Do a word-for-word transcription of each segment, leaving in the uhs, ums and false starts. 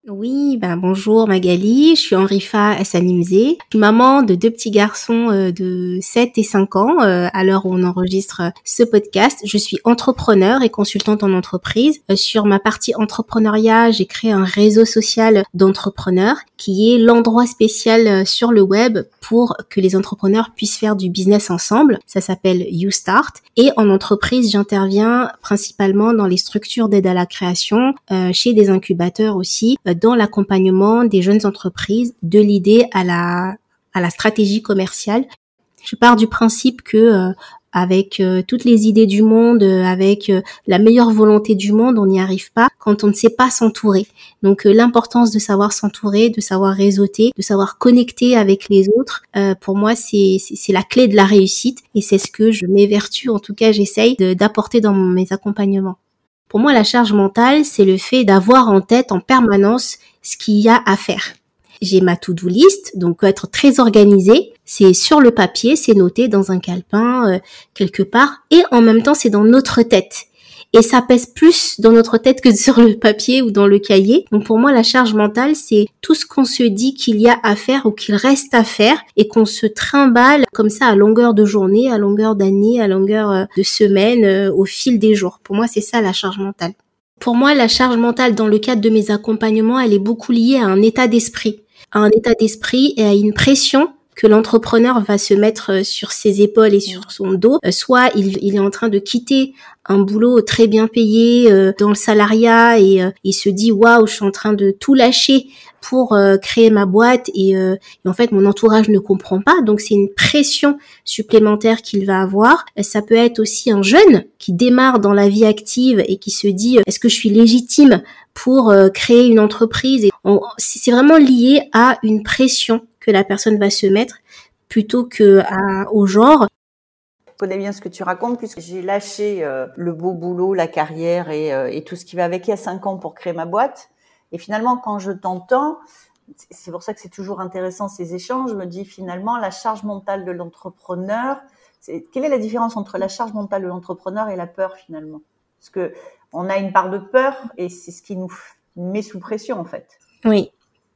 Oui, ben bonjour Magali, je suis Henrifa Hassanimze. Je suis maman de deux petits garçons euh, de sept et cinq ans euh, à l'heure où on enregistre euh, ce podcast. Je suis entrepreneur et consultante en entreprise. Euh, sur ma partie entrepreneuriat, j'ai créé un réseau social d'entrepreneurs qui est l'endroit spécial euh, sur le web pour que les entrepreneurs puissent faire du business ensemble. Ça s'appelle YouStart. Et en entreprise, j'interviens principalement dans les structures d'aide à la création, euh, chez des incubateurs aussi, euh, dans l'accompagnement des jeunes entreprises de l'idée à la à la stratégie commerciale. Je pars du principe que euh, avec euh, toutes les idées du monde, euh, avec euh, la meilleure volonté du monde, on n'y arrive pas quand on ne sait pas s'entourer. Donc euh, l'importance de savoir s'entourer, de savoir réseauter, de savoir connecter avec les autres, euh, pour moi c'est, c'est c'est la clé de la réussite et c'est ce que je m'évertue, en tout cas j'essaye de, d'apporter dans mes accompagnements. Pour moi, la charge mentale, c'est le fait d'avoir en tête en permanence ce qu'il y a à faire. J'ai ma to-do list, donc être très organisé. C'est sur le papier, c'est noté dans un calepin, euh, quelque part. Et en même temps, c'est dans notre tête. Et ça pèse plus dans notre tête que sur le papier ou dans le cahier. Donc pour moi, la charge mentale, c'est tout ce qu'on se dit qu'il y a à faire ou qu'il reste à faire et qu'on se trimballe comme ça à longueur de journée, à longueur d'année, à longueur euh, de semaine, euh, au fil des jours. Pour moi, c'est ça la charge mentale. Pour moi, la charge mentale dans le cadre de mes accompagnements, elle est beaucoup liée à un état d'esprit, à un état d'esprit et à une pression que l'entrepreneur va se mettre sur ses épaules et sur son dos. Euh, soit il, il est en train de quitter un boulot très bien payé euh, dans le salariat et euh, il se dit waouh, je suis en train de tout lâcher pour euh, créer ma boîte et, euh, et en fait mon entourage ne comprend pas, donc c'est une pression supplémentaire qu'il va avoir. Ça peut être aussi un jeune qui démarre dans la vie active et qui se dit est-ce que je suis légitime pour euh, créer une entreprise, et on, c'est vraiment lié à une pression que la personne va se mettre plutôt que à, au genre. Je connais bien ce que tu racontes puisque j'ai lâché euh, le beau boulot, la carrière et, euh, et tout ce qui va avec il y a cinq ans pour créer ma boîte. Et finalement, quand je t'entends, c'est pour ça que c'est toujours intéressant ces échanges, je me dis finalement la charge mentale de l'entrepreneur, c'est, quelle est la différence entre la charge mentale de l'entrepreneur et la peur finalement? Parce que on a une part de peur et c'est ce qui nous met sous pression en fait. Oui.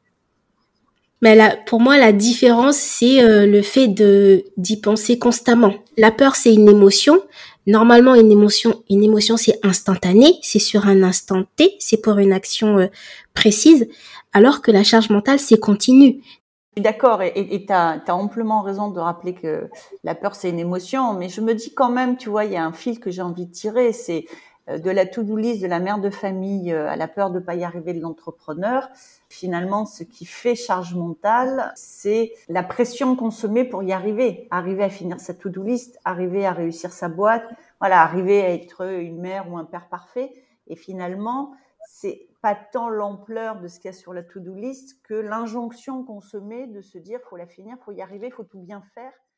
Mais là, pour moi, la différence, c'est euh, le fait de d'y penser constamment. La peur, c'est une émotion. Normalement, une émotion, une émotion, c'est instantané, c'est sur un instant T, c'est pour une action euh, précise, alors que la charge mentale, c'est continu. Je suis d'accord et tu as amplement raison de rappeler que la peur, c'est une émotion, mais je me dis quand même, tu vois, il y a un fil que j'ai envie de tirer, c'est de la to-do list de la mère de famille à la peur de pas y arriver de l'entrepreneur. Finalement, ce qui fait charge mentale, c'est la pression qu'on se met pour y arriver. Arriver à finir sa to-do list, arriver à réussir sa boîte, voilà, arriver à être une mère ou un père parfait. Et finalement, c'est pas tant l'ampleur de ce qu'il y a sur la to-do list que l'injonction qu'on se met de se dire faut la finir, faut y arriver, faut tout bien faire.